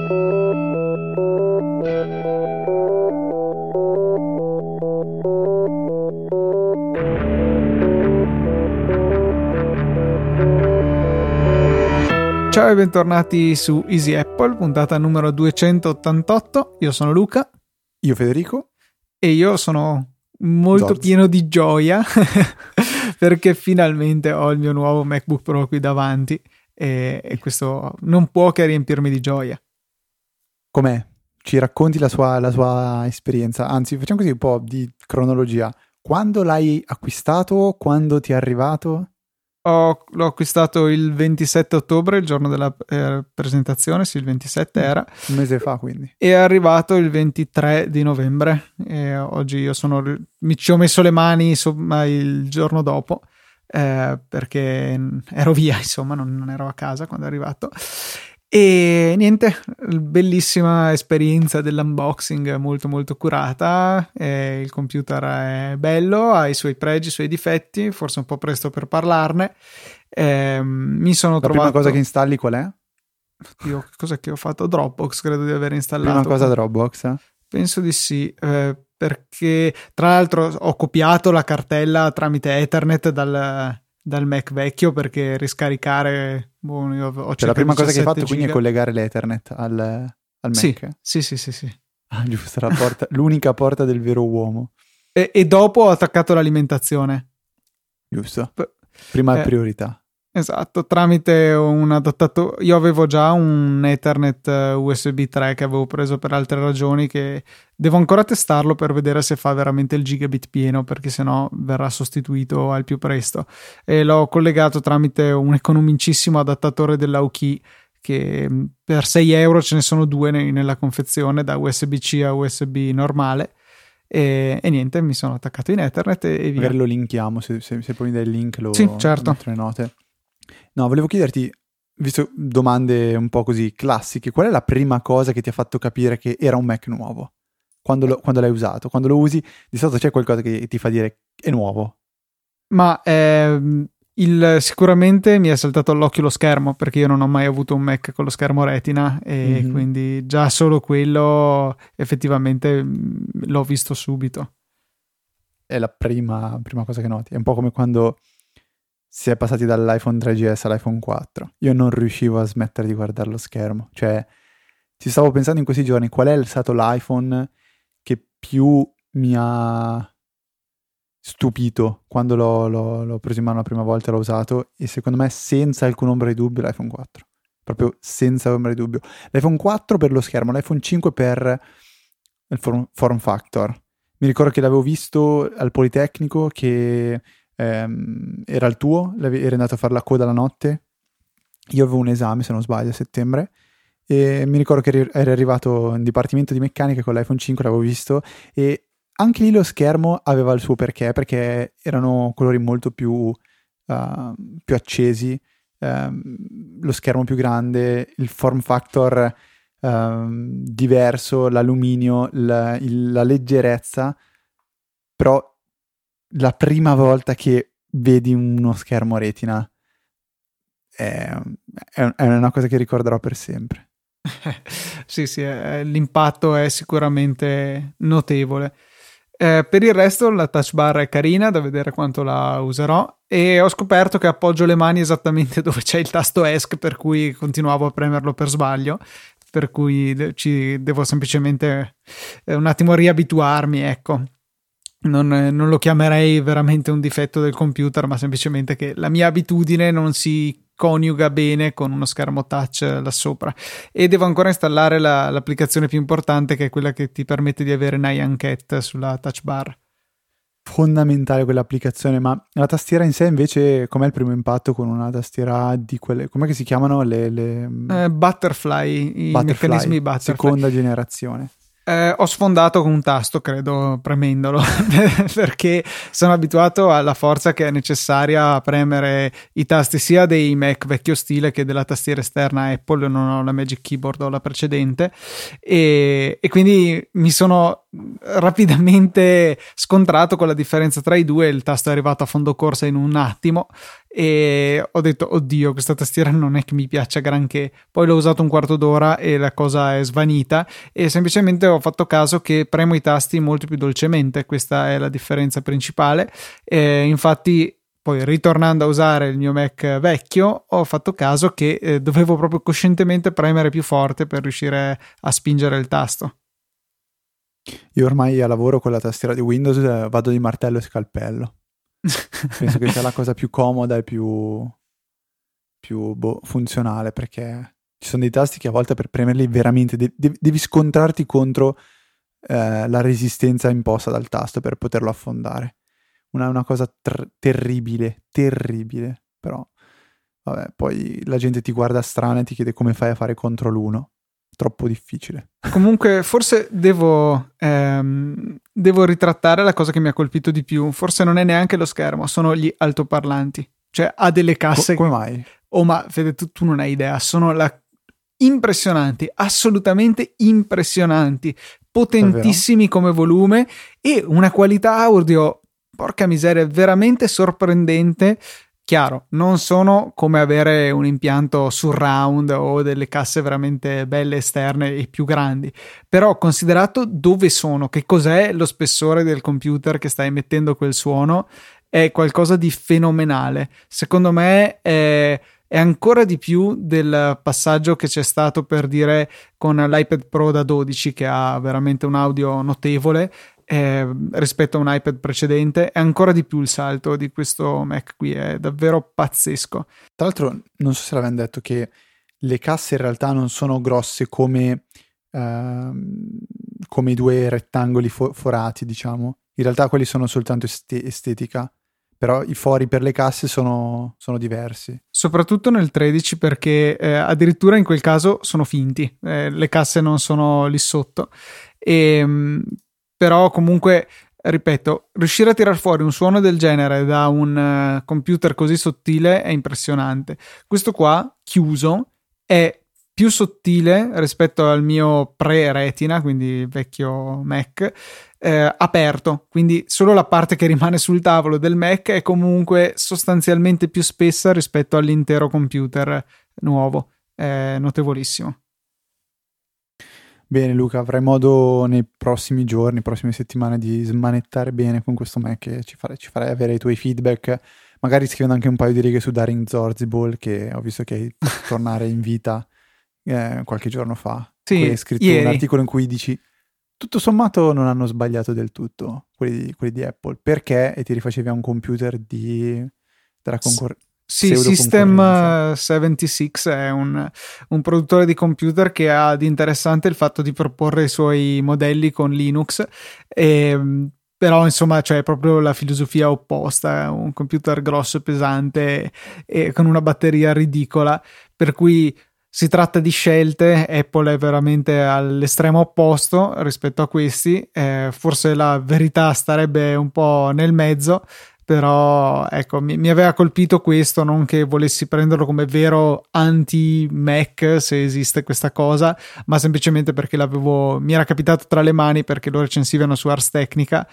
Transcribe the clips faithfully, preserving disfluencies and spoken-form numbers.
Ciao e bentornati su Easy Apple, puntata numero duecentottantotto. Io sono Luca. Io Federico. E io sono molto Zorz. pieno di gioia perché finalmente ho il mio nuovo MacBook Pro qui davanti e, e questo non può che riempirmi di gioia. Com'è? Ci racconti la sua, la sua esperienza? Anzi, facciamo così un po' di cronologia. Quando l'hai acquistato? Quando ti è arrivato? Ho, l'ho acquistato il ventisette ottobre, il giorno della eh, presentazione, sì, il ventisette era. Un mese fa, quindi. È arrivato il ventitré di novembre e oggi io sono mi ci ho messo le mani insomma il giorno dopo eh, perché ero via, insomma, non, non ero a casa quando è arrivato. E niente, bellissima esperienza dell'unboxing, molto molto curata. E il computer è bello, ha i suoi pregi, i suoi difetti, forse un po' presto per parlarne. E mi sono La trovato... prima cosa che installi qual è? Io, cosa che ho fatto? Dropbox, credo di aver installato. Prima cosa Dropbox? Eh? Penso di sì, eh, perché tra l'altro ho copiato la cartella tramite Ethernet dal... dal Mac vecchio, perché riscaricare boh, io ho cioè la prima cosa che hai fatto giga. Quindi è collegare l'Ethernet al, al Mac? Sì, sì, sì, sì, sì. Ah, giusto, la porta, l'unica porta del vero uomo. E, e dopo ho attaccato l'alimentazione. Giusto, prima eh, priorità. Esatto, tramite un adattatore. Io avevo già un Ethernet U S B tre che avevo preso per altre ragioni, che devo ancora testarlo per vedere se fa veramente il gigabit pieno, perché sennò verrà sostituito al più presto, e l'ho collegato tramite un economicissimo adattatore dell'Aukey, che per sei euro ce ne sono due nella confezione, da U S B C a U S B normale. E, e niente, mi sono attaccato in Ethernet e, e via. Magari lo linkiamo, se, se, se poi mi dai il link lo, sì, certo. lo metto nelle note. No, volevo chiederti, visto domande un po' così classiche, qual è la prima cosa che ti ha fatto capire che era un Mac nuovo? Quando, lo, quando l'hai usato? Quando lo usi, di solito c'è qualcosa che ti fa dire è nuovo? Ma ehm, il, sicuramente mi è saltato all'occhio lo schermo, perché io non ho mai avuto un Mac con lo schermo Retina e mm-hmm. quindi già solo quello effettivamente mh, l'ho visto subito. È la prima, prima cosa che noti. È un po' come quando si è passati dall'iPhone tre G S all'iPhone quattro. Io non riuscivo a smettere di guardare lo schermo. Cioè, ci stavo pensando in questi giorni qual è stato l'iPhone che più mi ha stupito quando l'ho, l'ho, l'ho preso in mano la prima volta e l'ho usato, e secondo me senza alcun ombra di dubbio l'iPhone quattro. Proprio senza ombra di dubbio. L'iPhone quattro per lo schermo, l'iPhone cinque per il form, form factor. Mi ricordo che l'avevo visto al Politecnico, che ehm, era il tuo, eri andato a fare la coda la notte. Io avevo un esame, se non sbaglio, a settembre, e mi ricordo che eri arrivato in dipartimento di meccanica con l'iPhone cinque, l'avevo visto, e anche lì lo schermo aveva il suo perché, perché erano colori molto più, uh, più accesi, um, lo schermo più grande, il form factor um, diverso, l'alluminio, la, il, la leggerezza. Però la prima volta che vedi uno schermo Retina è, è una cosa che ricorderò per sempre. Sì, sì, eh, l'impatto è sicuramente notevole. Eh, per il resto la touch bar è carina, da vedere quanto la userò, e ho scoperto che appoggio le mani esattamente dove c'è il tasto E S C, per cui continuavo a premerlo per sbaglio, per cui ci devo semplicemente eh, un attimo riabituarmi, ecco. Non, non lo chiamerei veramente un difetto del computer, ma semplicemente che la mia abitudine non si coniuga bene con uno schermo touch là sopra, e devo ancora installare la, l'applicazione più importante, che è quella che ti permette di avere Nyan Cat sulla touch bar. Fondamentale quell'applicazione. Ma la tastiera in sé invece com'è il primo impatto con una tastiera di quelle, com'è che si chiamano le, le... Eh, butterfly, i butterfly, meccanismi butterfly, seconda generazione. Eh, ho sfondato con un tasto, credo, premendolo, perché sono abituato alla forza che è necessaria a premere i tasti sia dei Mac vecchio stile che della tastiera esterna Apple. Non ho la Magic Keyboard, ho la precedente, e, e quindi mi sono rapidamente scontrato con la differenza tra i due. Il tasto è arrivato a fondo corsa in un attimo e ho detto oddio, questa tastiera non è che mi piaccia granché. Poi l'ho usato un quarto d'ora e la cosa è svanita, e semplicemente ho fatto caso che premo i tasti molto più dolcemente. Questa è la differenza principale, e infatti poi ritornando a usare il mio Mac vecchio ho fatto caso che eh, dovevo proprio coscientemente premere più forte per riuscire a spingere il tasto. Io ormai a lavoro con la tastiera di Windows eh, vado di martello e scalpello. Penso che sia la cosa più comoda e più, più boh, funzionale, perché ci sono dei tasti che a volte per premerli veramente de- de- devi scontrarti contro eh, la resistenza imposta dal tasto per poterlo affondare. Una, una cosa ter- terribile, terribile. Però, vabbè, poi la gente ti guarda strano e ti chiede come fai a fare control uno. Troppo difficile. Comunque forse devo ehm, devo ritrattare la cosa che mi ha colpito di più. Forse non è neanche lo schermo, sono gli altoparlanti. Cioè ha delle casse. Co- come mai? Oh, ma Fede, tu, tu non hai idea, sono la... impressionanti, assolutamente impressionanti, potentissimi come volume e una qualità audio, porca miseria, veramente sorprendente. Chiaro, non sono come avere un impianto surround o delle casse veramente belle esterne e più grandi, però considerato dove sono, che cos'è lo spessore del computer che sta emettendo quel suono, è qualcosa di fenomenale. Secondo me è, è ancora di più del passaggio che c'è stato per dire con l'iPad Pro da dodici, che ha veramente un audio notevole Eh, rispetto a un iPad precedente. È ancora di più il salto di questo Mac qui, è davvero pazzesco. Tra l'altro non so se l'avevano detto che le casse in realtà non sono grosse come ehm, come i due rettangoli fo- forati, diciamo. In realtà quelli sono soltanto est- estetica, però i fori per le casse sono, sono diversi. Soprattutto nel tredici, perché eh, addirittura in quel caso sono finti, eh, le casse non sono lì sotto. E però comunque, ripeto, riuscire a tirar fuori un suono del genere da un uh, computer così sottile è impressionante. Questo qua, chiuso, è più sottile rispetto al mio pre-retina, quindi il vecchio Mac, eh, aperto, quindi solo la parte che rimane sul tavolo del Mac è comunque sostanzialmente più spessa rispetto all'intero computer nuovo. È notevolissimo. Bene Luca, avrai modo nei prossimi giorni, prossime settimane di smanettare bene con questo Mac e ci farai, ci farai avere i tuoi feedback, magari scrivendo anche un paio di righe su Daring Zorziball, che ho visto che hai tornare in vita eh, qualche giorno fa. Sì, hai scritto ieri. un articolo in cui dici tutto sommato non hanno sbagliato del tutto quelli di, quelli di Apple, perché? E ti rifacevi a un computer di, della concorrenza. Sì, System settantasei è un, un produttore di computer che ha di interessante il fatto di proporre i suoi modelli con Linux, e, però insomma cioè, è proprio la filosofia opposta, è un computer grosso e pesante e con una batteria ridicola, per cui si tratta di scelte. Apple è veramente all'estremo opposto rispetto a questi, eh, forse la verità starebbe un po' nel mezzo. Però ecco, mi, mi aveva colpito questo, non che volessi prenderlo come vero anti-Mac, se esiste questa cosa, ma semplicemente perché l'avevo, mi era capitato tra le mani perché lo recensivano su Ars Technica,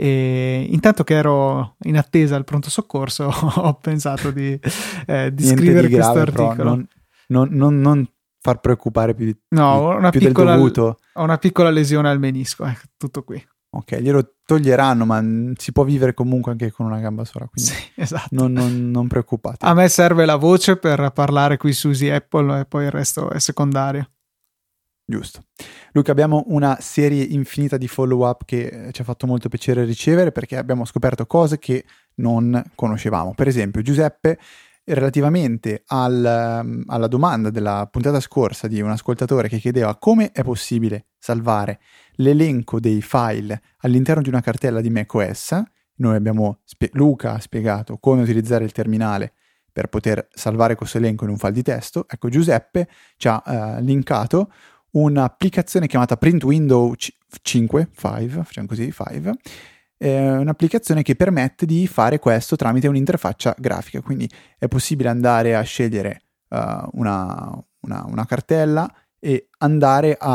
e intanto che ero in attesa al pronto soccorso ho pensato di, eh, di scrivere di grave, questo articolo. Non, non, non, non far preoccupare più, no, una più piccola, del dovuto. Ho una piccola lesione al menisco, eh, tutto qui. Ok, glielo toglieranno, ma si può vivere comunque anche con una gamba sola, quindi sì, esatto. non, non, non preoccupate. A me serve la voce per parlare qui su Easy Apple e poi il resto è secondario. Giusto. Luca, abbiamo una serie infinita di follow-up che ci ha fatto molto piacere ricevere, perché abbiamo scoperto cose che non conoscevamo. Per esempio, Giuseppe, relativamente al, alla domanda della puntata scorsa di un ascoltatore che chiedeva come è possibile salvare l'elenco dei file all'interno di una cartella di macOS, noi abbiamo spie- Luca ha spiegato come utilizzare il terminale per poter salvare questo elenco in un file di testo. Ecco, Giuseppe ci ha uh, linkato un'applicazione chiamata Print Window cinque, cinque, facciamo così, cinque, è un'applicazione che permette di fare questo tramite un'interfaccia grafica, quindi è possibile andare a scegliere uh, una, una, una cartella e andare a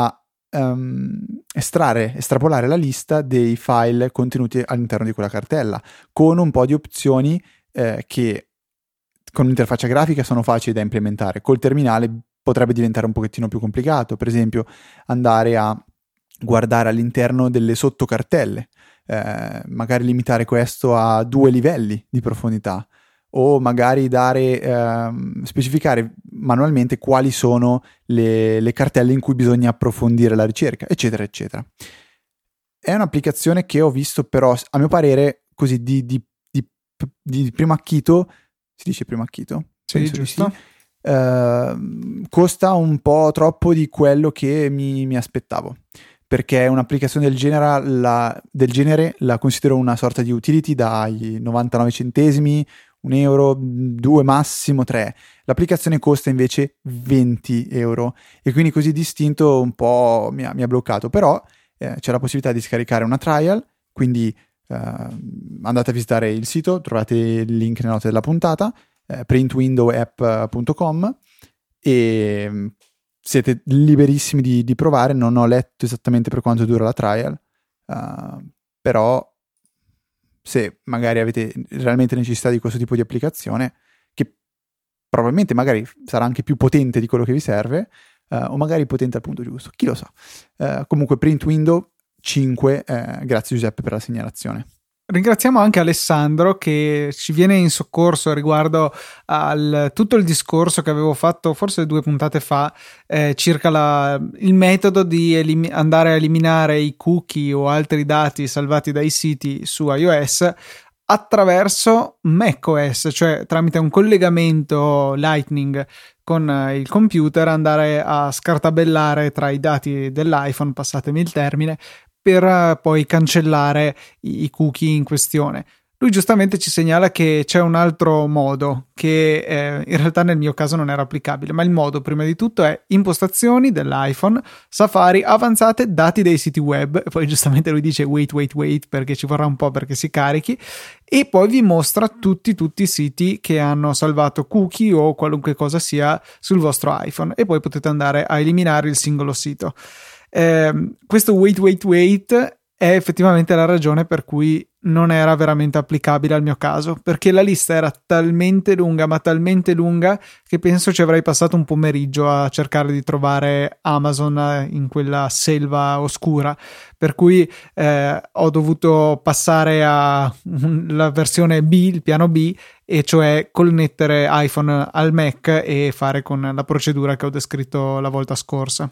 um, estrarre, estrapolare la lista dei file contenuti all'interno di quella cartella, con un po' di opzioni eh, che con l'interfaccia grafica sono facili da implementare. Col terminale potrebbe diventare un pochettino più complicato, per esempio andare a guardare all'interno delle sottocartelle, eh, magari limitare questo a due livelli di profondità, o magari dare, ehm, specificare manualmente quali sono le, le cartelle in cui bisogna approfondire la ricerca, eccetera, eccetera. È un'applicazione che ho visto però, a mio parere, così di, di, di, di primo acchito, si dice primo acchito? Sì, giusto. Sì. Uh, costa un po' troppo di quello che mi, mi aspettavo, perché un'applicazione del genere, la, del genere la considero una sorta di utility dai novantanove centesimi, un euro, due massimo tre. L'applicazione costa invece venti euro e quindi così distinto un po' mi ha, mi ha bloccato, però eh, c'è la possibilità di scaricare una trial, quindi eh, andate a visitare il sito, trovate il link nelle note della puntata, eh, print window app punto com, e siete liberissimi di, di provare. Non ho letto esattamente per quanto dura la trial, uh, però se magari avete realmente necessità di questo tipo di applicazione, che probabilmente magari sarà anche più potente di quello che vi serve, uh, o magari potente al punto giusto, chi lo sa. Uh, comunque print window cinque, uh, grazie Giuseppe per la segnalazione. Ringraziamo anche Alessandro che ci viene in soccorso riguardo al tutto il discorso che avevo fatto forse due puntate fa eh, circa la, il metodo di elim- andare a eliminare i cookie o altri dati salvati dai siti su iOS attraverso macOS, cioè tramite un collegamento Lightning con il computer andare a scartabellare tra i dati dell'iPhone, passatemi il termine, per poi cancellare i cookie in questione. Lui giustamente ci segnala che c'è un altro modo che eh, in realtà nel mio caso non era applicabile, ma il modo prima di tutto è impostazioni dell'iPhone, Safari, avanzate, dati dei siti web, e poi giustamente lui dice wait wait wait perché ci vorrà un po' perché si carichi, e poi vi mostra tutti tutti i siti che hanno salvato cookie o qualunque cosa sia sul vostro iPhone, e poi potete andare a eliminare il singolo sito. Eh, questo wait wait wait è effettivamente la ragione per cui non era veramente applicabile al mio caso, perché la lista era talmente lunga ma talmente lunga che penso ci avrei passato un pomeriggio a cercare di trovare Amazon in quella selva oscura, per cui eh, ho dovuto passare alla versione B, il piano B, e cioè connettere iPhone al Mac e fare con la procedura che ho descritto la volta scorsa.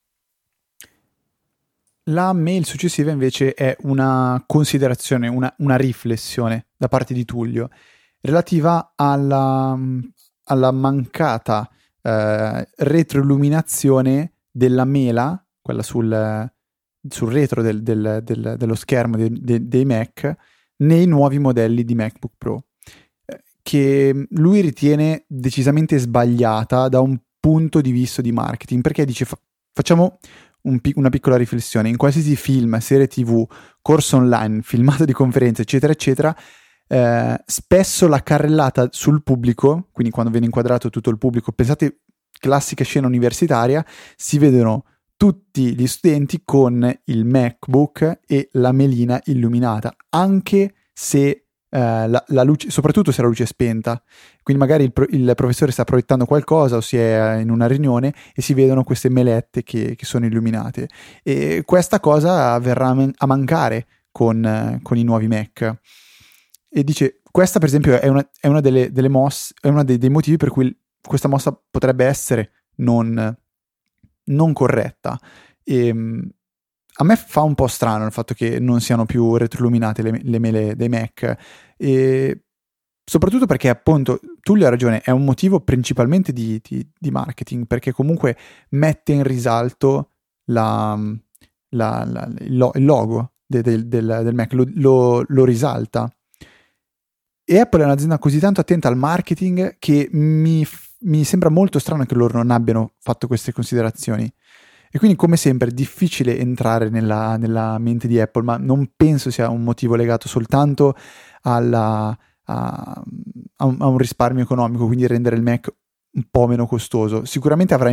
La mail successiva invece è una considerazione, una, una riflessione da parte di Tullio relativa alla, alla mancata eh, retroilluminazione della mela, quella sul, sul retro del, del, del, dello schermo de, de, dei Mac, nei nuovi modelli di MacBook Pro, eh, che lui ritiene decisamente sbagliata da un punto di vista di marketing, perché dice fa, facciamo... Un, una piccola riflessione: in qualsiasi film, serie tv, corso online, filmato di conferenze, eccetera eccetera, eh, spesso la carrellata sul pubblico, quindi quando viene inquadrato tutto il pubblico, pensate classica scena universitaria, si vedono tutti gli studenti con il MacBook e la melina illuminata, anche se Uh, la, la luce, soprattutto se la luce è spenta, quindi magari il, pro, il professore sta proiettando qualcosa o si è in una riunione e si vedono queste melette che, che sono illuminate, e questa cosa verrà a mancare con, uh, con i nuovi Mac. E dice, questa per esempio è una, è una delle, delle mosse, è uno dei, dei motivi per cui questa mossa potrebbe essere non, non corretta. E a me fa un po' strano il fatto che non siano più retroilluminate le, le mele dei Mac, e soprattutto perché, appunto, Tullio ha ragione, è un motivo principalmente di, di, di marketing, perché comunque mette in risalto la, la, la, il logo de, de, del, del Mac, lo, lo, lo risalta. E Apple è un'azienda così tanto attenta al marketing che mi, mi sembra molto strano che loro non abbiano fatto queste considerazioni. E quindi, come sempre, è difficile entrare nella, nella mente di Apple, ma non penso sia un motivo legato soltanto alla, a, a, un, a un risparmio economico, quindi rendere il Mac un po' meno costoso. Sicuramente avrà inf-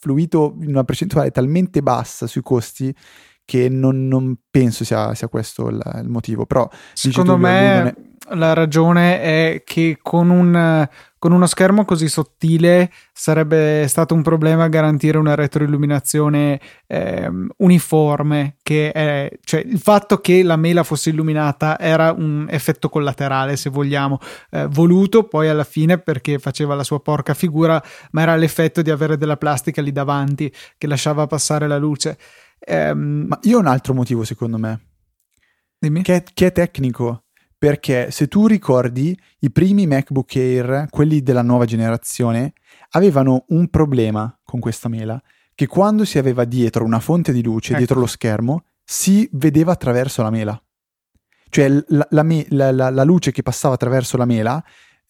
fluito in una percentuale talmente bassa sui costi che non, non penso sia, sia questo il, il motivo. Però secondo tu, me è... la ragione è che con, un, con uno schermo così sottile sarebbe stato un problema garantire una retroilluminazione eh, uniforme, che è, cioè il fatto che la mela fosse illuminata era un effetto collaterale, se vogliamo, eh, voluto poi alla fine perché faceva la sua porca figura, ma era l'effetto di avere della plastica lì davanti che lasciava passare la luce. Um, Ma io ho un altro motivo, secondo me, dimmi. Che, è, che è tecnico, perché se tu ricordi i primi MacBook Air, quelli della nuova generazione, avevano un problema con questa mela, che quando si aveva dietro una fonte di luce, ecco, dietro lo schermo, si vedeva attraverso la mela. Cioè la, la, la, la, la luce che passava attraverso la mela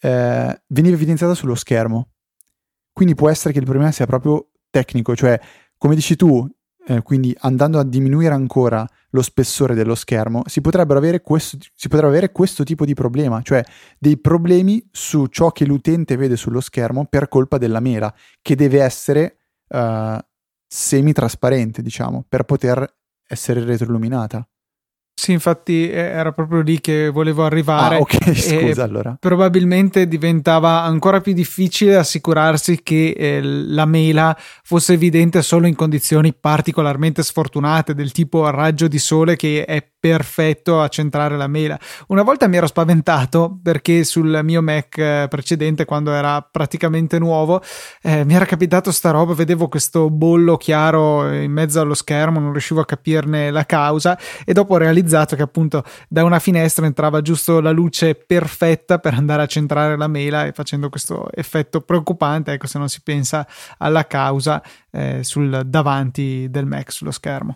eh, veniva evidenziata sullo schermo. Quindi può essere che il problema sia proprio tecnico, cioè come dici tu, Eh, quindi andando a diminuire ancora lo spessore dello schermo si potrebbero avere questo, si potrebbe avere questo tipo di problema, cioè dei problemi su ciò che l'utente vede sullo schermo per colpa della mela, che deve essere uh, semi-trasparente, diciamo, per poter essere retroilluminata. Sì, infatti era proprio lì che volevo arrivare. Ah, ok, scusa allora. Probabilmente diventava ancora più difficile assicurarsi che eh, la mela fosse evidente solo in condizioni particolarmente sfortunate, del tipo raggio di sole che è perfetto a centrare la mela. Una volta mi ero spaventato perché sul mio Mac precedente, quando era praticamente nuovo, eh, mi era capitato sta roba, vedevo questo bollo chiaro in mezzo allo schermo, non riuscivo a capirne la causa e dopo ho realizzato che appunto da una finestra entrava giusto la luce perfetta per andare a centrare la mela e facendo questo effetto preoccupante, ecco, se non si pensa alla causa eh, sul davanti del Mac sullo schermo.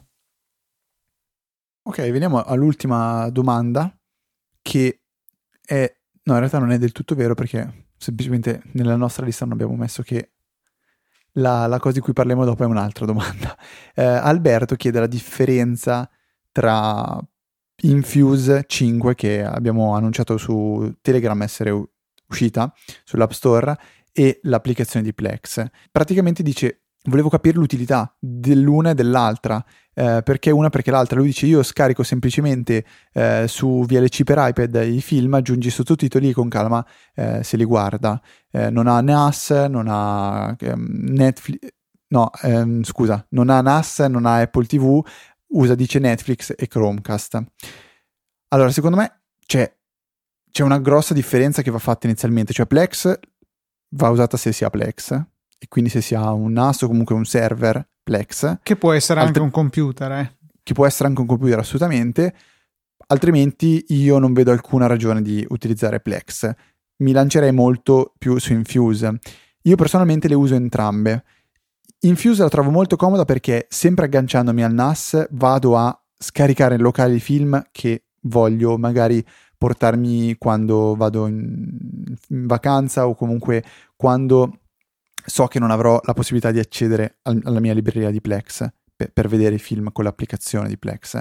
Ok, veniamo all'ultima domanda, che è, no, in realtà non è del tutto vero, perché semplicemente nella nostra lista non abbiamo messo che la, la cosa di cui parliamo dopo è un'altra domanda. Eh, Alberto chiede la differenza tra Infuse cinque, che abbiamo annunciato su Telegram essere uscita sull'App Store, e l'applicazione di Plex. Praticamente dice: volevo capire l'utilità dell'una e dell'altra, eh, perché una perché l'altra. Lui dice: io scarico semplicemente eh, su V L C per iPad i film, aggiungi i sottotitoli e con calma eh, se li guarda. Eh, non ha N A S, non ha ehm, Netflix, no, ehm, scusa, non ha N A S, non ha Apple T V, usa, dice, Netflix e Chromecast. Allora, secondo me c'è, c'è una grossa differenza che va fatta inizialmente, cioè Plex va usata se si ha Plex, e quindi se si ha un N A S o comunque un server Plex. Che può essere Alt- anche un computer, eh. Che può essere anche un computer, assolutamente. Altrimenti io non vedo alcuna ragione di utilizzare Plex. Mi lancerei molto più su Infuse. Io personalmente le uso entrambe. Infuse la trovo molto comoda perché, sempre agganciandomi al N A S, vado a scaricare in locale i film che voglio magari portarmi quando vado in, in vacanza, o comunque quando so che non avrò la possibilità di accedere al, alla mia libreria di Plex per, per vedere i film con l'applicazione di Plex.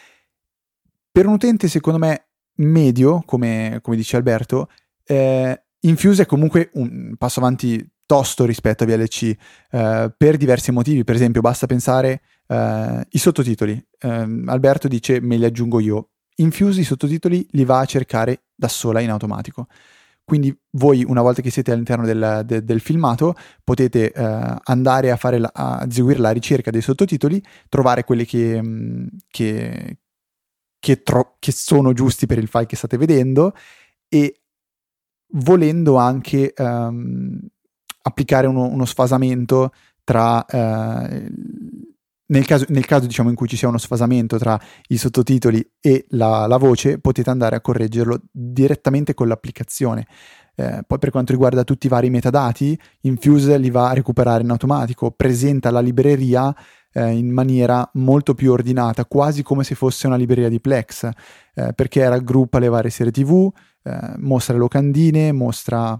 Per un utente, secondo me, medio, come, come dice Alberto, eh, Infuse è comunque un passo avanti tosto rispetto a V L C, eh, per diversi motivi. Per esempio, basta pensare eh, i sottotitoli. Eh, Alberto dice: me li aggiungo io. Infuse i sottotitoli li va a cercare da sola in automatico. Quindi voi, una volta che siete all'interno del, de, del filmato, potete eh, andare a, fare la, a eseguire la ricerca dei sottotitoli, trovare quelli che, che, che, tro- che sono giusti per il file che state vedendo, e volendo anche um, applicare uno, uno sfasamento tra uh, nel caso, nel caso diciamo in cui ci sia uno sfasamento tra i sottotitoli e la, la voce, potete andare a correggerlo direttamente con l'applicazione. Eh, poi per quanto riguarda tutti i vari metadati, Infuse li va a recuperare in automatico, presenta la libreria eh, in maniera molto più ordinata, quasi come se fosse una libreria di Plex, eh, perché raggruppa le varie serie tivù, eh, mostra le locandine, mostra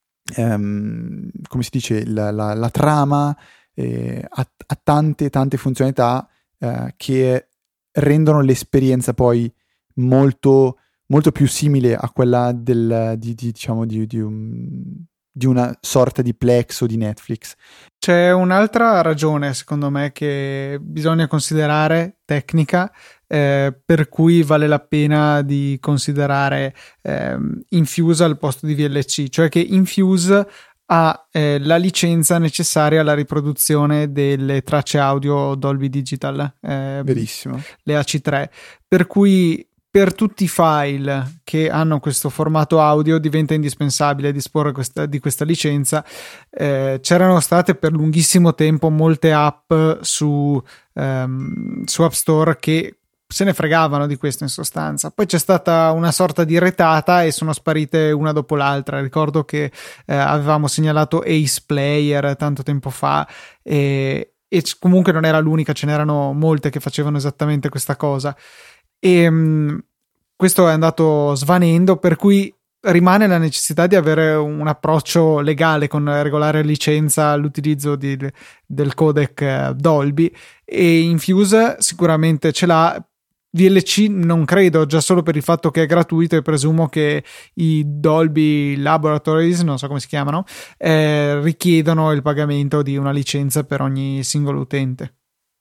ehm, come si dice la, la, la trama, eh, ha, ha tante tante funzionalità eh, che rendono l'esperienza poi molto molto più simile a quella del, di, di, diciamo, di, di, un, di una sorta di Plex o di Netflix. C'è un'altra ragione, secondo me, che bisogna considerare, tecnica, eh, per cui vale la pena di considerare eh, Infuse al posto di V L C, cioè che Infuse ha eh, la licenza necessaria alla riproduzione delle tracce audio Dolby Digital, eh, Verissimo. le A C tre, per cui per tutti i file che hanno questo formato audio diventa indispensabile disporre questa, di questa licenza. Eh, c'erano state per lunghissimo tempo molte app su, ehm, su App Store che se ne fregavano di questo in sostanza. Poi c'è stata una sorta di retata e sono sparite una dopo l'altra. Ricordo che eh, avevamo segnalato Ace Player tanto tempo fa e, e comunque non era l'unica, ce n'erano molte che facevano esattamente questa cosa. E um, questo è andato svanendo, per cui rimane la necessità di avere un approccio legale con regolare licenza all'utilizzo di, del codec Dolby, e Infuse sicuramente ce l'ha. V L C non credo, già solo per il fatto che è gratuito, e presumo che i Dolby Laboratories, non so come si chiamano, eh, richiedono il pagamento di una licenza per ogni singolo utente.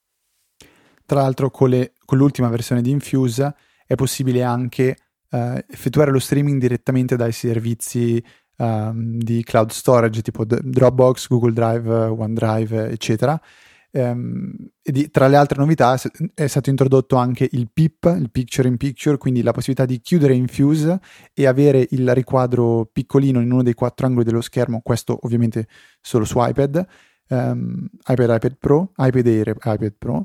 Tra l'altro con, le, con l'ultima versione di Infuse è possibile anche eh, effettuare lo streaming direttamente dai servizi um, di cloud storage tipo Dropbox, Google Drive, OneDrive, eccetera. Um, e di, tra le altre novità è stato introdotto anche il P I P, il Picture in Picture, quindi la possibilità di chiudere Infuse e avere il riquadro piccolino in uno dei quattro angoli dello schermo, questo ovviamente solo su iPad, um, iPad, iPad Pro, iPad Air e iPad Pro,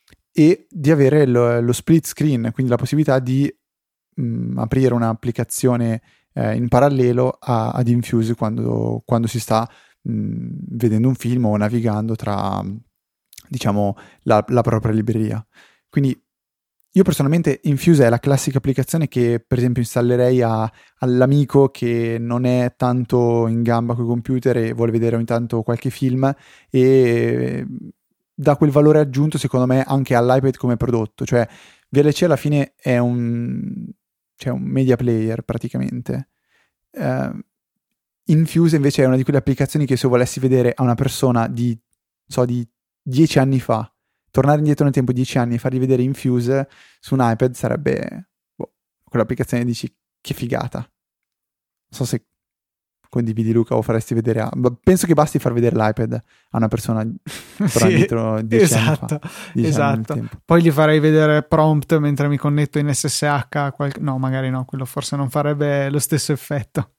e di avere lo, lo split screen, quindi la possibilità di mh, aprire un'applicazione eh, in parallelo a, ad Infuse quando, quando si sta mh, vedendo un film o navigando tra, diciamo, la, la propria libreria. Quindi io personalmente Infuse è la classica applicazione che per esempio installerei a, all'amico che non è tanto in gamba con i computer e vuole vedere ogni tanto qualche film, e dà quel valore aggiunto secondo me anche all'iPad come prodotto. Cioè V L C alla fine è un, cioè un media player praticamente. uh, Infuse invece è una di quelle applicazioni che se volessi vedere a una persona di so di dieci anni fa, tornare indietro nel tempo dieci anni e fargli vedere Infuse su un iPad sarebbe boh, quell'applicazione dici che figata. Non so se condividi, Luca, o faresti vedere a... penso che basti far vedere l'iPad a una persona sì, dietro dieci esatto, anni fa, dieci esatto. anni Poi gli farei vedere prompt mentre mi connetto in S S H, qual... no magari no, quello forse non farebbe lo stesso effetto.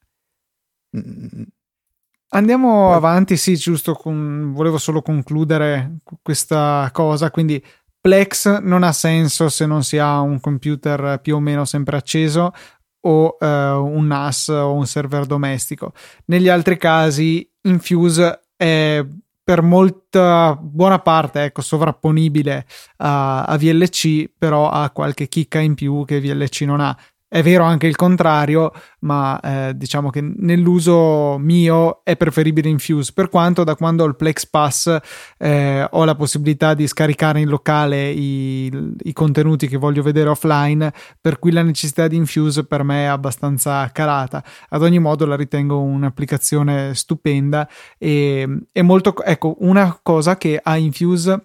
Mm. Andiamo Poi... avanti, sì, giusto, con... volevo solo concludere questa cosa, quindi Plex non ha senso se non si ha un computer più o meno sempre acceso o uh, un N A S o un server domestico. Negli altri casi Infuse è per molta buona parte ecco sovrapponibile a, a V L C, però ha qualche chicca in più che V L C non ha. È vero anche il contrario, ma eh, diciamo che nell'uso mio è preferibile Infuse, per quanto da quando ho il Plex Pass eh, ho la possibilità di scaricare in locale i, i contenuti che voglio vedere offline, per cui la necessità di Infuse per me è abbastanza calata. Ad ogni modo la ritengo un'applicazione stupenda e è molto, ecco, una cosa che ha Infuse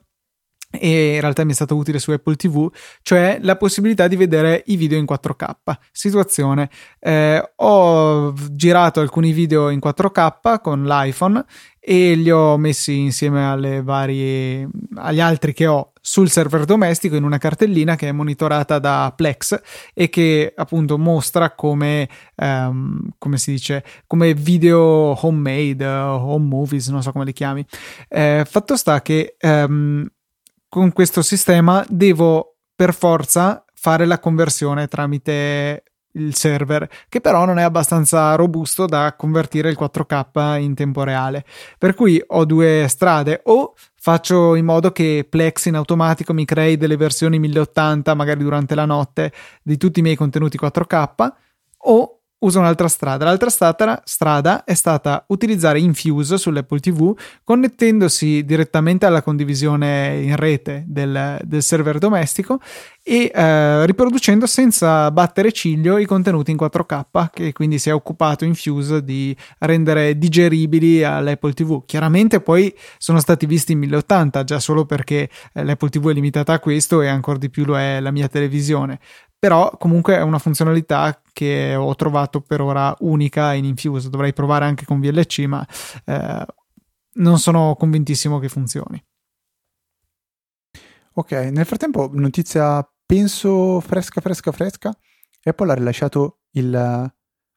e in realtà mi è stata utile su Apple ti vu, cioè la possibilità di vedere i video in quattro K. Situazione, eh, ho girato alcuni video in quattro K con l'iPhone e li ho messi insieme alle varie agli altri che ho sul server domestico in una cartellina che è monitorata da Plex e che appunto mostra come um, come si dice, come video homemade, uh, home movies, non so come li chiami. Eh, fatto sta che um, con questo sistema devo per forza fare la conversione tramite il server, che però non è abbastanza robusto da convertire il quattro K in tempo reale, per cui ho due strade: o faccio in modo che Plex in automatico mi crei delle versioni mille ottanta magari durante la notte di tutti i miei contenuti quattro K, o usa un'altra strada. L'altra strada, strada è stata utilizzare Infuse sull'Apple ti vu, connettendosi direttamente alla condivisione in rete del, del server domestico e eh, riproducendo senza battere ciglio i contenuti in quattro K, che quindi si è occupato Infuse di rendere digeribili all'Apple ti vu. Chiaramente poi sono stati visti in mille ottanta, già solo perché eh, l'Apple ti vu è limitata a questo e ancora di più lo è la mia televisione. Però comunque è una funzionalità che ho trovato per ora unica in Infuse. Dovrei provare anche con V L C, ma eh, non sono convintissimo che funzioni. Ok, nel frattempo notizia penso fresca fresca fresca, Apple ha rilasciato il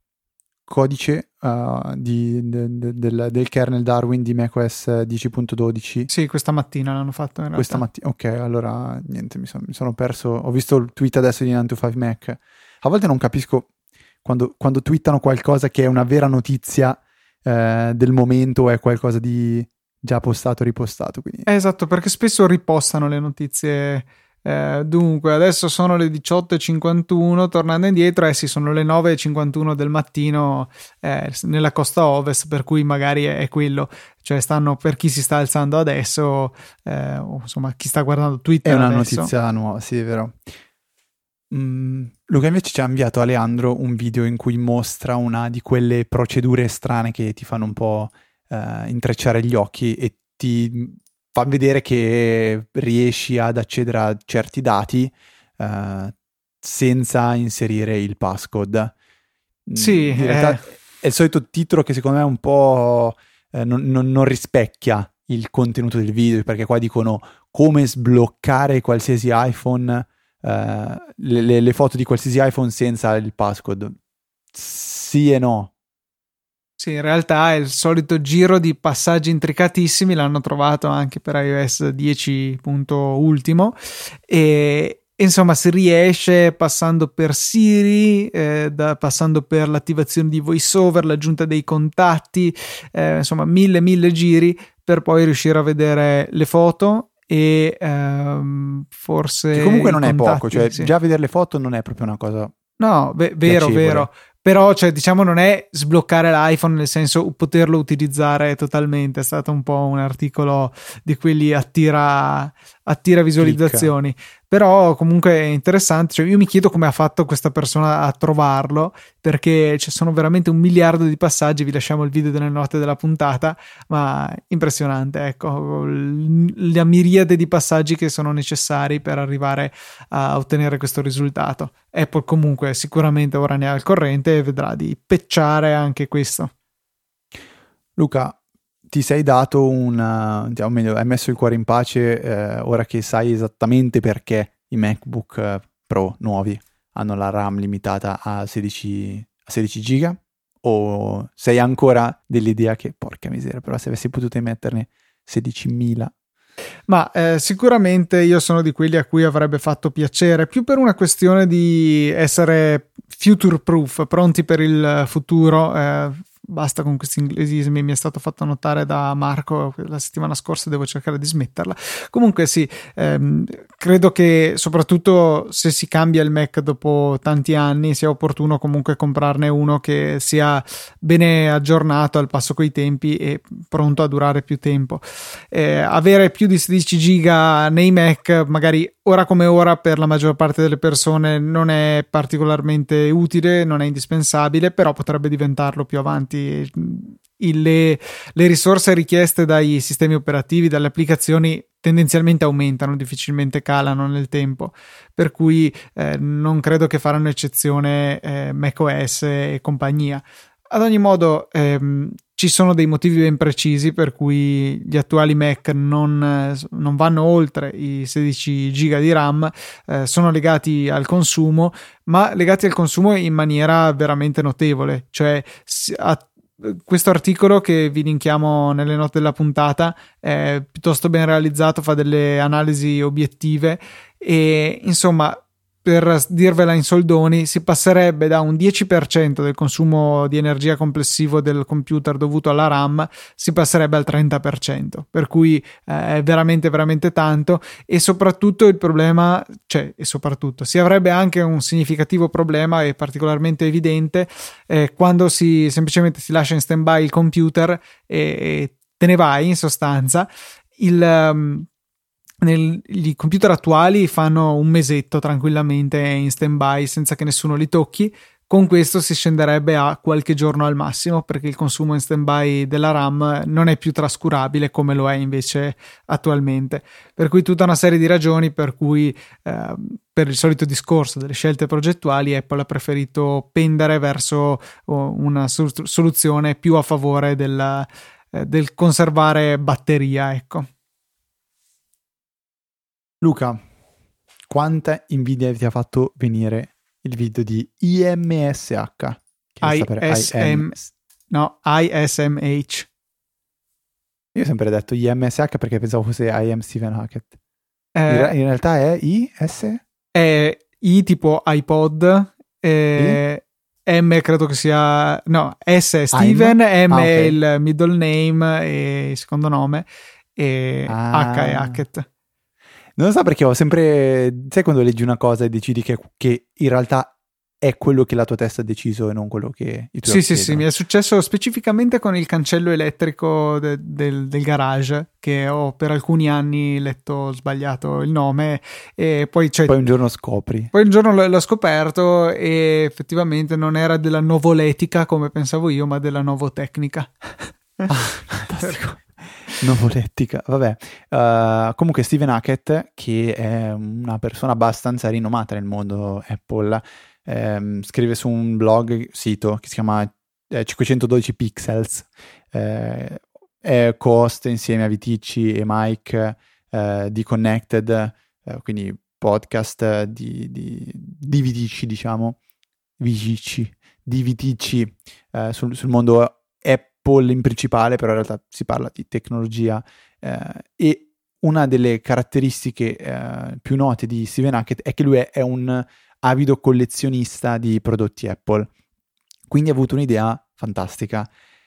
codice uh, di, de, de, del, del kernel Darwin di macOS dieci punto dodici. Sì, questa mattina l'hanno fatto in realtà. Questa mattina, ok, allora niente, mi, son, mi sono perso, ho visto il tweet adesso di nine to five Mac. A volte non capisco quando, quando twittano qualcosa che è una vera notizia eh, del momento o è qualcosa di già postato, ripostato. Quindi. Eh, esatto, perché spesso ripostano le notizie. Eh, dunque, adesso sono le diciotto e cinquantuno, tornando indietro, eh sì, sono le nove e cinquantuno del mattino eh, nella costa ovest, per cui magari è, è quello, cioè stanno, per chi si sta alzando adesso, eh, o insomma chi sta guardando Twitter è una adesso. Notizia nuova, sì, è vero. Mm, Luca invece ci ha inviato a Leandro un video in cui mostra una di quelle procedure strane che ti fanno un po' eh, intrecciare gli occhi e ti fa vedere che riesci ad accedere a certi dati uh, senza inserire il passcode. Sì, in realtà eh... è il solito titolo che secondo me un po' eh, non, non, non rispecchia il contenuto del video, perché qua dicono come sbloccare qualsiasi iPhone, uh, le, le, le foto di qualsiasi iPhone senza il passcode. Sì e no. Sì, in realtà è il solito giro di passaggi intricatissimi, l'hanno trovato anche per iOS dieci punto ultimo e insomma si riesce passando per Siri, eh, da, passando per l'attivazione di VoiceOver, l'aggiunta dei contatti, eh, insomma mille mille giri per poi riuscire a vedere le foto e ehm, forse che comunque non è contatti, poco, cioè sì. Già vedere le foto non è proprio una cosa. No, ve- vero, piacevole. vero. Però, cioè, diciamo, non è sbloccare l'iPhone nel senso poterlo utilizzare totalmente. È stato un po' un articolo di quelli attira, attira visualizzazioni. Click. Però comunque è interessante. Cioè, io mi chiedo come ha fatto questa persona a trovarlo, perché ci sono veramente un miliardo di passaggi. Vi lasciamo il video delle note della puntata, ma impressionante, ecco, la miriade di passaggi che sono necessari per arrivare a ottenere questo risultato. Apple comunque sicuramente ora ne ha al corrente e vedrà di pecciare anche questo. Luca, ti sei dato un, o meglio, hai messo il cuore in pace eh, ora che sai esattamente perché i MacBook Pro nuovi hanno la RAM limitata a sedici, a sedici giga? O sei ancora dell'idea che, porca miseria, però se avessi potuto metterne sedicimila? Ma eh, sicuramente io sono di quelli a cui avrebbe fatto piacere, più per una questione di essere future proof, pronti per il futuro. Eh, basta con questi inglesismi, mi è stato fatto notare da Marco la settimana scorsa, devo cercare di smetterla. Comunque sì, ehm, credo che soprattutto se si cambia il Mac dopo tanti anni sia opportuno comunque comprarne uno che sia bene aggiornato, al passo coi tempi e pronto a durare più tempo. Eh, avere più di sedici giga nei Mac magari ora come ora per la maggior parte delle persone non è particolarmente utile, non è indispensabile, però potrebbe diventarlo più avanti. Le, le risorse richieste dai sistemi operativi, dalle applicazioni tendenzialmente aumentano, difficilmente calano nel tempo, per cui eh, non credo che faranno eccezione eh, macOS e compagnia. Ad ogni modo ehm, ci sono dei motivi ben precisi per cui gli attuali Mac non, non vanno oltre i sedici giga di RAM, eh, sono legati al consumo, ma legati al consumo in maniera veramente notevole. Cioè a, questo articolo che vi linkiamo nelle note della puntata è piuttosto ben realizzato, fa delle analisi obiettive e insomma per dirvela in soldoni, si passerebbe da un dieci per cento del consumo di energia complessivo del computer dovuto alla RAM, si passerebbe al trenta per cento, per cui eh, è veramente veramente tanto. E soprattutto il problema, cioè e soprattutto si avrebbe anche un significativo problema e particolarmente evidente eh, quando si semplicemente si lascia in stand-by il computer e, e te ne vai, in sostanza. Il um, Nel, I computer attuali fanno un mesetto tranquillamente in stand-by senza che nessuno li tocchi. Con questo si scenderebbe a qualche giorno al massimo, perché il consumo in stand-by della RAM non è più trascurabile come lo è invece attualmente. Per cui tutta una serie di ragioni per cui eh, per il solito discorso delle scelte progettuali Apple ha preferito pendere verso oh, una sol- soluzione più a favore del, eh, del conservare batteria, ecco. Luca, quanta invidia ti ha fatto venire il video di I M S H? Che I S M no, I S M H. Io ho sempre detto I M S H perché pensavo fosse I am Stephen Hackett. Eh, in, re- in realtà è I S? È I tipo iPod, eh, M credo che sia... No, S è Steven, M ah, è okay. il middle name e il secondo nome, e ah. H è Hackett. Non lo so, perché ho sempre... Sai quando leggi una cosa e decidi che, che in realtà è quello che la tua testa ha deciso e non quello che i tuoi Sì, occhi sì, sì, vedono. mi è successo specificamente con il cancello elettrico de- del, del garage, che ho per alcuni anni letto sbagliato il nome e poi... Cioè, poi un giorno scopri. Poi un giorno l'ho scoperto e effettivamente non era della Novoletica come pensavo io, ma della Novotecnica. Ah, fantastico. Novolettica, vabbè. Uh, comunque Stephen Hackett, che è una persona abbastanza rinomata nel mondo Apple, ehm, scrive su un blog, sito, che si chiama eh, cinquecentododici Pixels, eh, è co-host insieme a Viticci e Mike eh, di Connected, eh, quindi podcast di, di, di Viticci, diciamo, Viticci, di Viticci eh, sul, sul mondo Apple in principale, però in realtà si parla di tecnologia eh, e una delle caratteristiche eh, più note di Stephen Hackett è che lui è, è un avido collezionista di prodotti Apple, quindi ha avuto un'idea fantastica.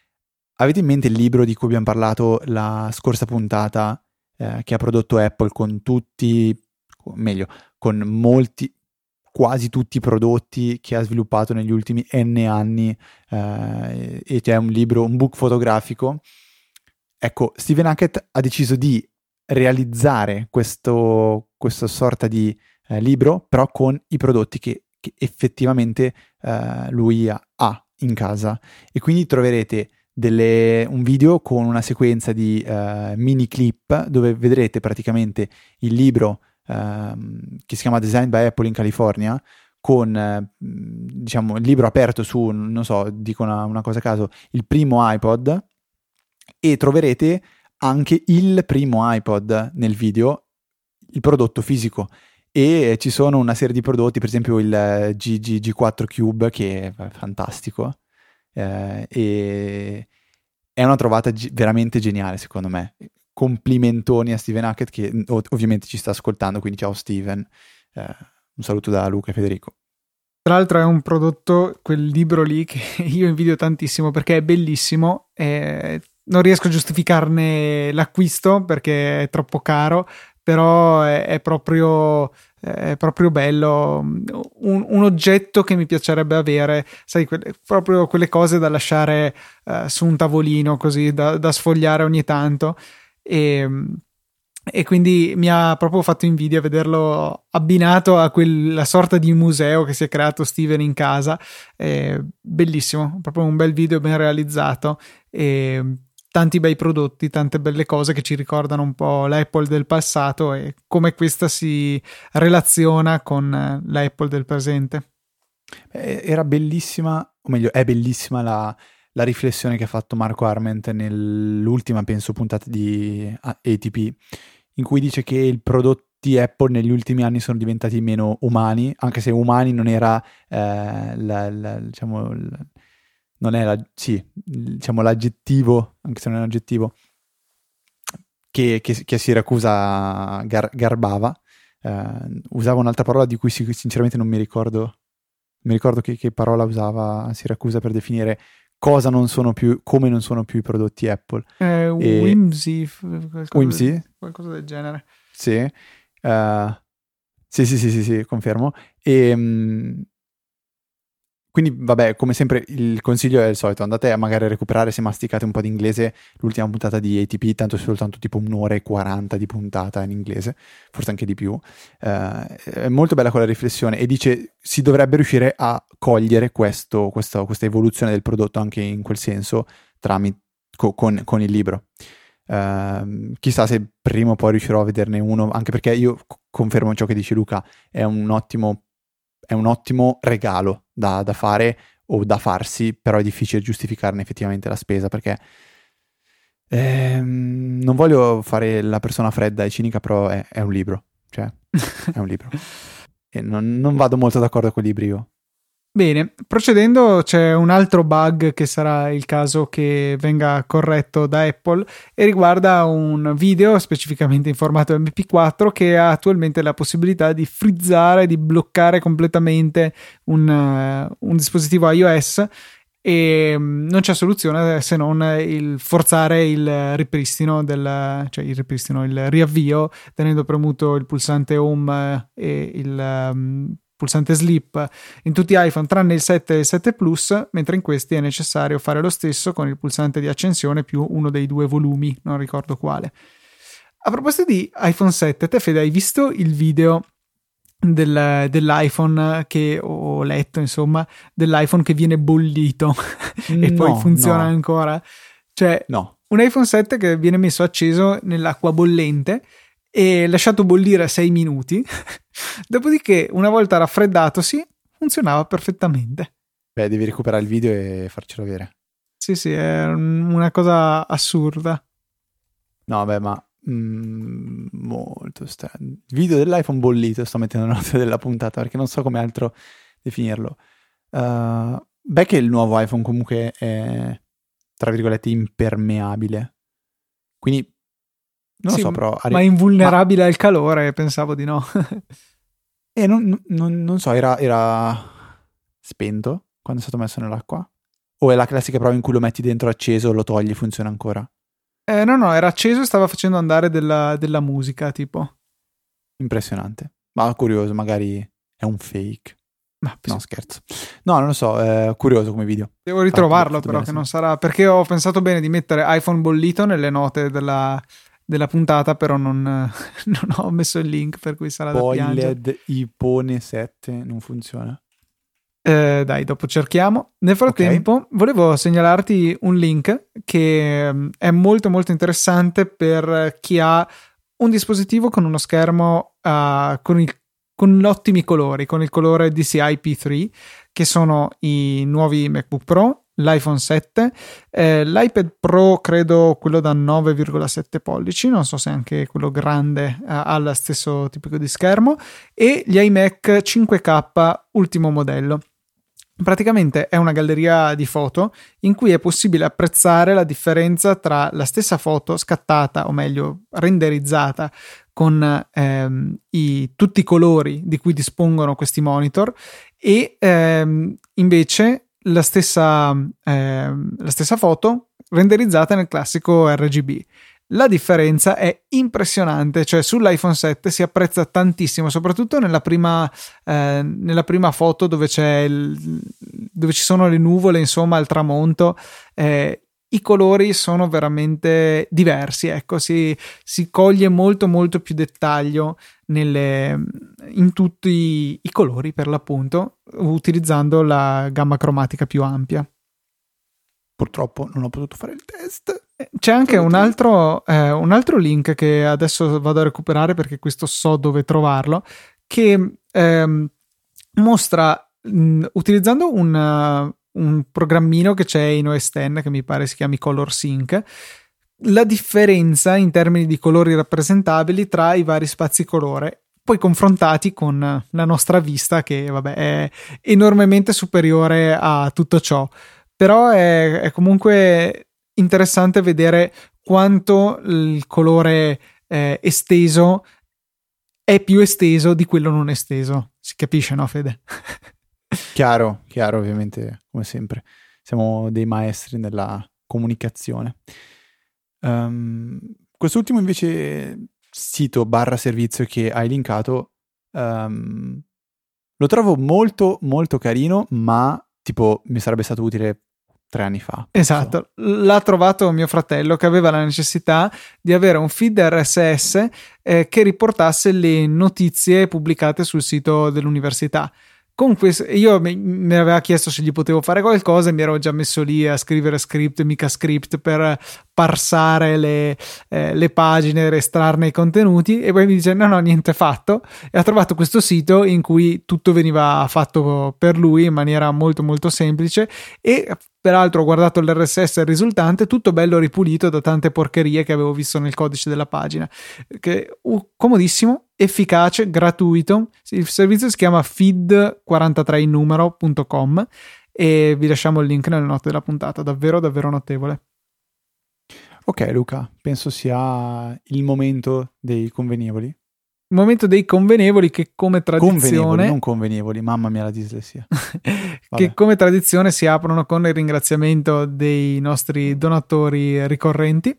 Avete in mente il libro di cui abbiamo parlato la scorsa puntata eh, che ha prodotto Apple con tutti, meglio, con molti, quasi tutti i prodotti che ha sviluppato negli ultimi N anni eh, e che è un libro, un book fotografico? Ecco, Stephen Hackett ha deciso di realizzare questo, questa sorta di eh, libro, però con i prodotti che, che effettivamente eh, lui ha, ha in casa, e quindi troverete delle, un video con una sequenza di eh, mini clip dove vedrete praticamente il libro Uh, che si chiama Designed by Apple in California, con uh, diciamo il libro aperto su, non so, dico una, una cosa a caso, il primo iPod, e troverete anche il primo iPod nel video, il prodotto fisico, e ci sono una serie di prodotti, per esempio il G G G quattro Cube, che è fantastico, uh, e è una trovata g- veramente geniale secondo me. Complimentoni a Stephen Hackett, che ov- ovviamente ci sta ascoltando, quindi ciao Steven, eh, un saluto da Luca e Federico. Tra l'altro è un prodotto, quel libro lì, che io invidio tantissimo perché è bellissimo, e non riesco a giustificarne l'acquisto perché è troppo caro, però è, è proprio è proprio bello, un, un oggetto che mi piacerebbe avere, sai, que- proprio quelle cose da lasciare uh, su un tavolino così da, da sfogliare ogni tanto. E, e quindi mi ha proprio fatto invidia vederlo abbinato a quella sorta di museo che si è creato Steven in casa. È bellissimo, proprio un bel video ben realizzato e tanti bei prodotti, tante belle cose che ci ricordano un po' l'Apple del passato e come questa si relaziona con l'Apple del presente. Era bellissima, o meglio è bellissima la la riflessione che ha fatto Marco Arment nell'ultima, penso, puntata di A T P, in cui dice che i prodotti Apple negli ultimi anni sono diventati meno umani, anche se umani non era eh, la, la, diciamo la, non è la, sì, diciamo l'aggettivo, anche se non è un aggettivo che, che, che Siracusa gar, garbava, Uh, usava un'altra parola di cui sinceramente non mi ricordo. Mi ricordo che, che parola usava Siracusa per definire cosa non sono più, come non sono più i prodotti Apple. Eh, e... Whimsy, qualcosa, Whimsy? Del, qualcosa del genere. Sì. Uh, sì, sì, sì, sì, sì, confermo. E... Um, Quindi, vabbè, come sempre il consiglio è il solito, andate a magari a recuperare, se masticate un po' di inglese, l'ultima puntata di A T P, tanto è soltanto tipo un'ora e quaranta di puntata in inglese, forse anche di più. Uh, è molto bella quella riflessione e dice si dovrebbe riuscire a cogliere questo, questo, questa evoluzione del prodotto anche in quel senso tramite, co, con, con il libro. Uh, chissà se prima o poi riuscirò a vederne uno, anche perché io confermo ciò che dice Luca, è un ottimo è un ottimo regalo da, da fare o da farsi, però è difficile giustificarne effettivamente la spesa, perché ehm, non voglio fare la persona fredda e cinica, però è, è un libro, cioè è un libro e non, non vado molto d'accordo con i libri io. Bene, procedendo c'è un altro bug che sarà il caso che venga corretto da Apple e riguarda un video specificamente in formato M P quattro che ha attualmente la possibilità di frizzare, di bloccare completamente un, uh, un dispositivo iOS e non c'è soluzione se non il forzare il ripristino del, cioè il ripristino, il riavvio tenendo premuto il pulsante home e il um, pulsante sleep in tutti gli iPhone tranne il sette e il sette Plus, mentre in questi è necessario fare lo stesso con il pulsante di accensione più uno dei due volumi, non ricordo quale. A proposito di iPhone sette, te Fede hai visto il video del, dell'iPhone che ho letto, insomma, dell'iPhone che viene bollito e no, poi funziona no. ancora? Cioè, no. un iPhone sette che viene messo acceso nell'acqua bollente e lasciato bollire a sei minuti, dopodiché una volta raffreddatosi funzionava perfettamente. Beh, devi recuperare il video e farcelo avere. Sì, sì, è una cosa assurda. No, beh, ma mm, molto strano. Video dell'iPhone bollito, sto mettendo note della puntata perché non so come altro definirlo. Uh, beh, che il nuovo iPhone comunque è, tra virgolette, impermeabile. Quindi non sì, lo so, però... Ma invulnerabile ma... al calore, pensavo di no. E non, non, non so, era, era spento quando è stato messo nell'acqua? O è la classica prova in cui lo metti dentro acceso, lo togli, funziona ancora? Eh, no, no, era acceso e stava facendo andare della, della musica, tipo. Impressionante. Ma curioso, magari è un fake. Ma, no, scherzo. No, non lo so, è curioso come video. Devo ritrovarlo, fatto, però, fatto che non sarà... Perché ho pensato bene di mettere iPhone bollito nelle note della... della puntata, però non, non ho messo il link, per cui sarà Boiled da piangere. Boiled Ipone sette non funziona. Eh, dai, dopo cerchiamo. Nel frattempo, okay. volevo segnalarti un link che è molto molto interessante per chi ha un dispositivo con uno schermo uh, con, il, con ottimi colori, con il colore D C I P tre, che sono i nuovi MacBook Pro, l'iPhone sette, eh, l'iPad Pro credo quello da nove virgola sette pollici, non so se anche quello grande eh, ha lo stesso tipo di schermo, e gli iMac cinque K ultimo modello. Praticamente è una galleria di foto in cui è possibile apprezzare la differenza tra la stessa foto scattata, o meglio renderizzata, con ehm, i, tutti i colori di cui dispongono questi monitor e ehm, invece la stessa, ehm, la stessa foto renderizzata nel classico R G B. La differenza è impressionante, cioè sull'iPhone sette si apprezza tantissimo, soprattutto nella prima, eh, nella prima foto dove, c'è il, dove ci sono le nuvole, insomma, al tramonto. Eh, I colori sono veramente diversi, ecco, si, si coglie molto molto più dettaglio nelle, in tutti i colori, per l'appunto, utilizzando la gamma cromatica più ampia. Purtroppo non ho potuto fare il test. C'è anche un altro, eh, un altro link che adesso vado a recuperare perché questo so dove trovarlo, che ehm, mostra mh, utilizzando un, uh, un programmino che c'è in O S X che mi pare si chiami Color Sync, la differenza in termini di colori rappresentabili tra i vari spazi colore, poi confrontati con la nostra vista che vabbè è enormemente superiore a tutto ciò. Però è, è comunque interessante vedere quanto il colore eh, esteso è più esteso di quello non esteso. Si capisce, no, Fede? Chiaro, chiaro, ovviamente, come sempre. Siamo dei maestri nella comunicazione. Um, quest'ultimo invece sito barra servizio che hai linkato um, lo trovo molto molto carino, ma tipo mi sarebbe stato utile tre anni fa. Esatto, so. L'ha trovato mio fratello che aveva la necessità di avere un feed R S S eh, che riportasse le notizie pubblicate sul sito dell'università. Con questo, io mi, mi aveva chiesto se gli potevo fare qualcosa e mi ero già messo lì a scrivere script, mica script, per parsare le, eh, le pagine, estrarne i contenuti, e poi mi dice no no niente fatto, e ha trovato questo sito in cui tutto veniva fatto per lui in maniera molto molto semplice, e peraltro ho guardato l'R S S risultante, tutto bello ripulito da tante porcherie che avevo visto nel codice della pagina, che uh, comodissimo, efficace, gratuito. Il servizio si chiama feed quarantatré in numero punto com e vi lasciamo il link nelle note della puntata, davvero davvero notevole. Ok Luca, penso sia il momento dei convenevoli. Il momento dei convenevoli che come tradizione... Convenevoli, non convenevoli, mamma mia la dislessia. Che come tradizione si aprono con il ringraziamento dei nostri donatori ricorrenti.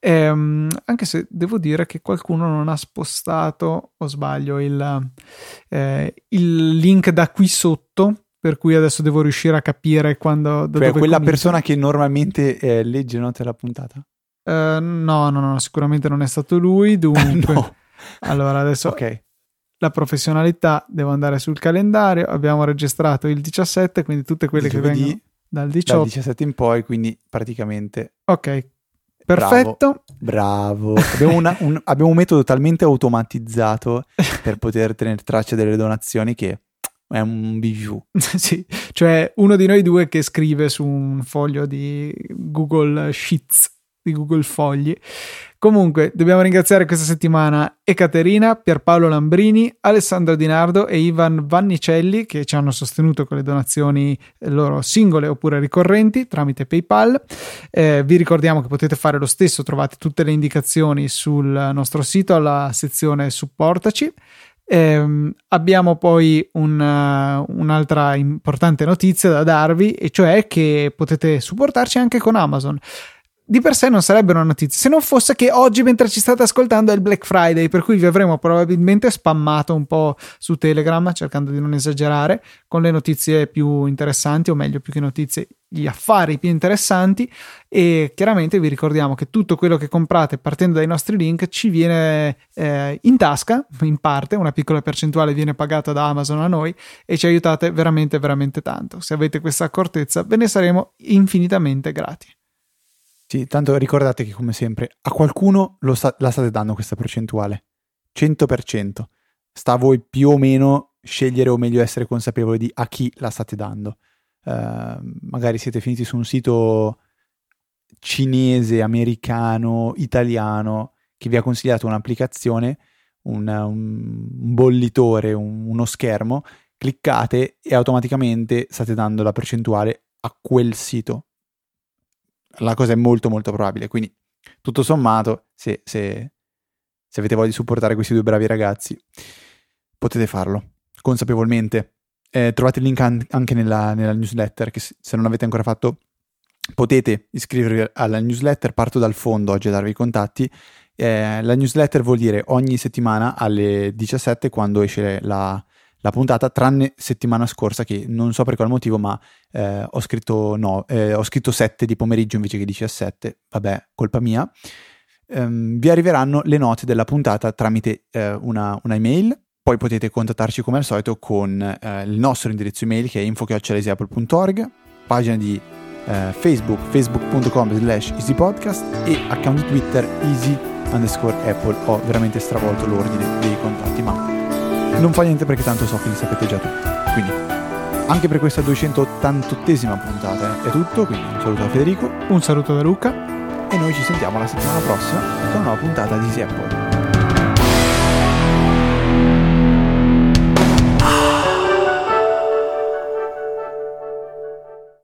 Ehm, anche se devo dire che qualcuno non ha spostato, o sbaglio, il, eh, il link da qui sotto, per cui adesso devo riuscire a capire quando... Da cioè dove quella comincia. Persona che normalmente eh, legge note della puntata? Uh, no, no, no, sicuramente non è stato lui, dunque... No. Allora adesso ok, la professionalità, devo andare sul calendario, abbiamo registrato il diciassette, quindi tutte quelle che vengono dal diciotto, dal diciassette in poi, quindi praticamente ok, perfetto, bravo, bravo. Abbiamo, una, un, abbiamo un metodo talmente automatizzato per poter tenere traccia delle donazioni che è un bijou. Sì, cioè uno di noi due che scrive su un foglio di Google Sheets, di Google Fogli. Comunque dobbiamo ringraziare questa settimana Ekaterina, Pierpaolo Lambrini, Alessandro Di Nardo e Ivan Vannicelli, che ci hanno sostenuto con le donazioni loro singole oppure ricorrenti tramite PayPal. Eh, vi ricordiamo che potete fare lo stesso, trovate tutte le indicazioni sul nostro sito alla sezione supportaci. Eh, abbiamo poi un, uh, un'altra importante notizia da darvi, e cioè che potete supportarci anche con Amazon. Di per sé non sarebbe una notizia se non fosse che oggi, mentre ci state ascoltando, è il Black Friday, per cui vi avremo probabilmente spammato un po' su Telegram, cercando di non esagerare, con le notizie più interessanti, o meglio, più che notizie, gli affari più interessanti. E chiaramente vi ricordiamo che tutto quello che comprate partendo dai nostri link ci viene eh, in tasca, in parte, una piccola percentuale viene pagata da Amazon a noi, e ci aiutate veramente veramente tanto. Se avete questa accortezza ve ne saremo infinitamente grati. Sì, tanto ricordate che come sempre a qualcuno lo sta, la state dando questa percentuale, cento per cento. Sta a voi più o meno scegliere, o meglio essere consapevoli di a chi la state dando. Uh, magari siete finiti su un sito cinese, americano, italiano, che vi ha consigliato un'applicazione, un, un, un bollitore, un, uno schermo, cliccate e automaticamente state dando la percentuale a quel sito. La cosa è molto molto probabile, quindi tutto sommato se, se, se avete voglia di supportare questi due bravi ragazzi potete farlo consapevolmente. Eh, trovate il link an- anche nella, nella newsletter, che se, se non l'avete ancora fatto potete iscrivervi alla newsletter. Parto dal fondo oggi a darvi i contatti. Eh, la newsletter vuol dire ogni settimana alle diciassette, quando esce la, la puntata, tranne settimana scorsa che non so per quale motivo, ma eh, ho scritto no, eh, ho scritto sette di pomeriggio invece che diciassette, vabbè, colpa mia. Um, vi arriveranno le note della puntata tramite eh, una, una email. Poi potete contattarci come al solito con eh, il nostro indirizzo email, che è info chiocciola easyapple punto org, pagina di eh, Facebook, facebook punto com slash easypodcast, e account Twitter easy underscore apple. Ho veramente stravolto l'ordine dei contatti, ma non fa niente perché tanto so che li sapete già tutti. Quindi anche per questa duecentottantottesima puntata è tutto, quindi un saluto da Federico, un saluto da Luca, e noi ci sentiamo la settimana prossima con una nuova puntata di Easy Apple.